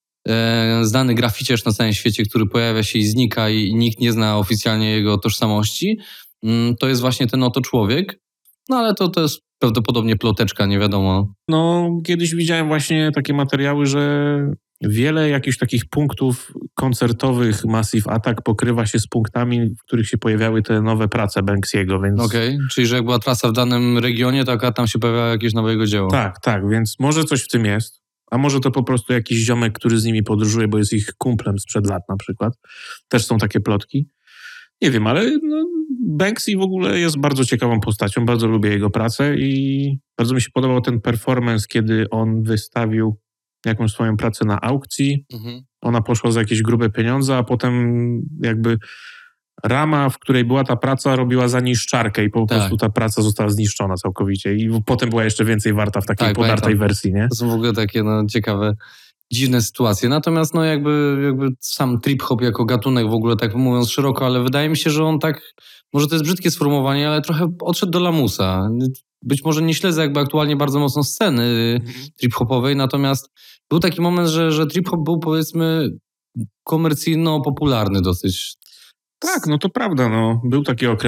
znany graficiarz na całym świecie, który pojawia się i znika i nikt nie zna oficjalnie jego tożsamości, to jest właśnie ten oto człowiek. No ale to, to jest prawdopodobnie ploteczka, nie wiadomo. No kiedyś widziałem właśnie takie materiały, że wiele jakichś takich punktów koncertowych Massive Attack pokrywa się z punktami, w których się pojawiały te nowe prace Banksy'ego, więc... Okej, okay. Czyli że jak była trasa w danym regionie, to akurat tam się pojawiało jakieś nowego dzieło. Tak, tak, więc może coś w tym jest. A może to po prostu jakiś ziomek, który z nimi podróżuje, bo jest ich kumplem sprzed lat na przykład. Też są takie plotki. Nie wiem, ale no, Banksy w ogóle jest bardzo ciekawą postacią. Bardzo lubię jego pracę i bardzo mi się podobał ten performance, kiedy on wystawił jakąś swoją pracę na aukcji. Mhm. Ona poszła za jakieś grube pieniądze, a potem jakby rama, w której była ta praca, robiła za niszczarkę i po tak. prostu ta praca została zniszczona całkowicie i potem była jeszcze więcej warta w takiej tak, podartej pamiętam. wersji, nie? To są w ogóle takie no, ciekawe, dziwne sytuacje. Natomiast no jakby, jakby sam trip-hop jako gatunek w ogóle tak mówiąc szeroko, ale wydaje mi się, że on tak, może to jest brzydkie sformułowanie, ale trochę odszedł do lamusa. Być może nie śledzę jakby aktualnie bardzo mocno sceny mhm. trip-hopowej, natomiast był taki moment, że, że trip-hop był powiedzmy komercyjno-popularny dosyć. Tak, no to prawda, no. Był taki okres.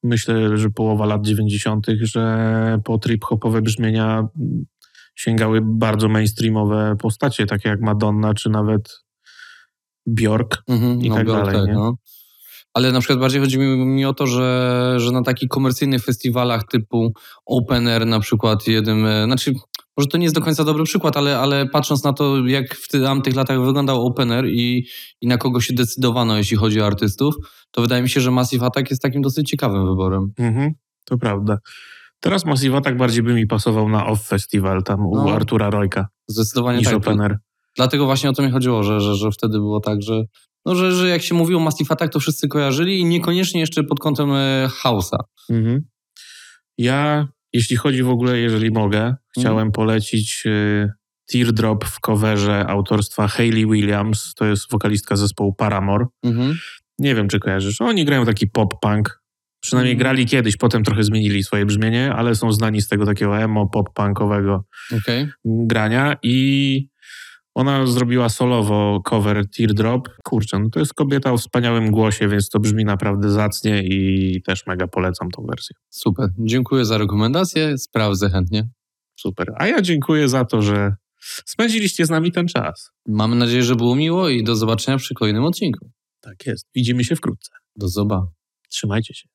myślę, że połowa lat dziewięćdziesiątych, że po trip-hopowe brzmienia sięgały bardzo mainstreamowe postacie, takie jak Madonna, czy nawet Björk Mhm, i no, tak Björk, dalej. tak, Nie? no. Ale na przykład bardziej chodzi mi, mi o to, że, że na takich komercyjnych festiwalach typu Open Air na przykład jednym, e, znaczy może to nie jest do końca dobry przykład, ale, ale patrząc na to, jak w ty- tamtych latach wyglądał Open Air i, i na kogo się decydowano, jeśli chodzi o artystów, to wydaje mi się, że Massive Attack jest takim dosyć ciekawym wyborem. Mhm, to prawda. Teraz Massive Attack bardziej by mi pasował na Off Festival, tam u No. Artura Rojka, Zdecydowanie niż tak. Open Air. Dlatego właśnie o to mi chodziło, że, że, że wtedy było tak, że, no, że, że jak się mówiło Massive Attack, to wszyscy kojarzyli i niekoniecznie jeszcze pod kątem e, house'a. Mhm. Ja, jeśli chodzi w ogóle, jeżeli mogę, chciałem polecić y, Teardrop w coverze autorstwa Hayley Williams, to jest wokalistka zespołu Paramore. Mhm. Nie wiem, czy kojarzysz. Oni grają taki pop-punk. Przynajmniej Mhm. grali kiedyś, potem trochę zmienili swoje brzmienie, ale są znani z tego takiego emo, pop-punkowego Okej. grania i ona zrobiła solowo cover Teardrop. Kurczę, no to jest kobieta o wspaniałym głosie, więc to brzmi naprawdę zacnie i też mega polecam tą wersję. Super. Dziękuję za rekomendację. Sprawdzę chętnie. Super. A ja dziękuję za to, że spędziliście z nami ten czas. Mamy nadzieję, że było miło i do zobaczenia przy kolejnym odcinku. Tak jest. Widzimy się wkrótce. Do zobaczenia. Trzymajcie się.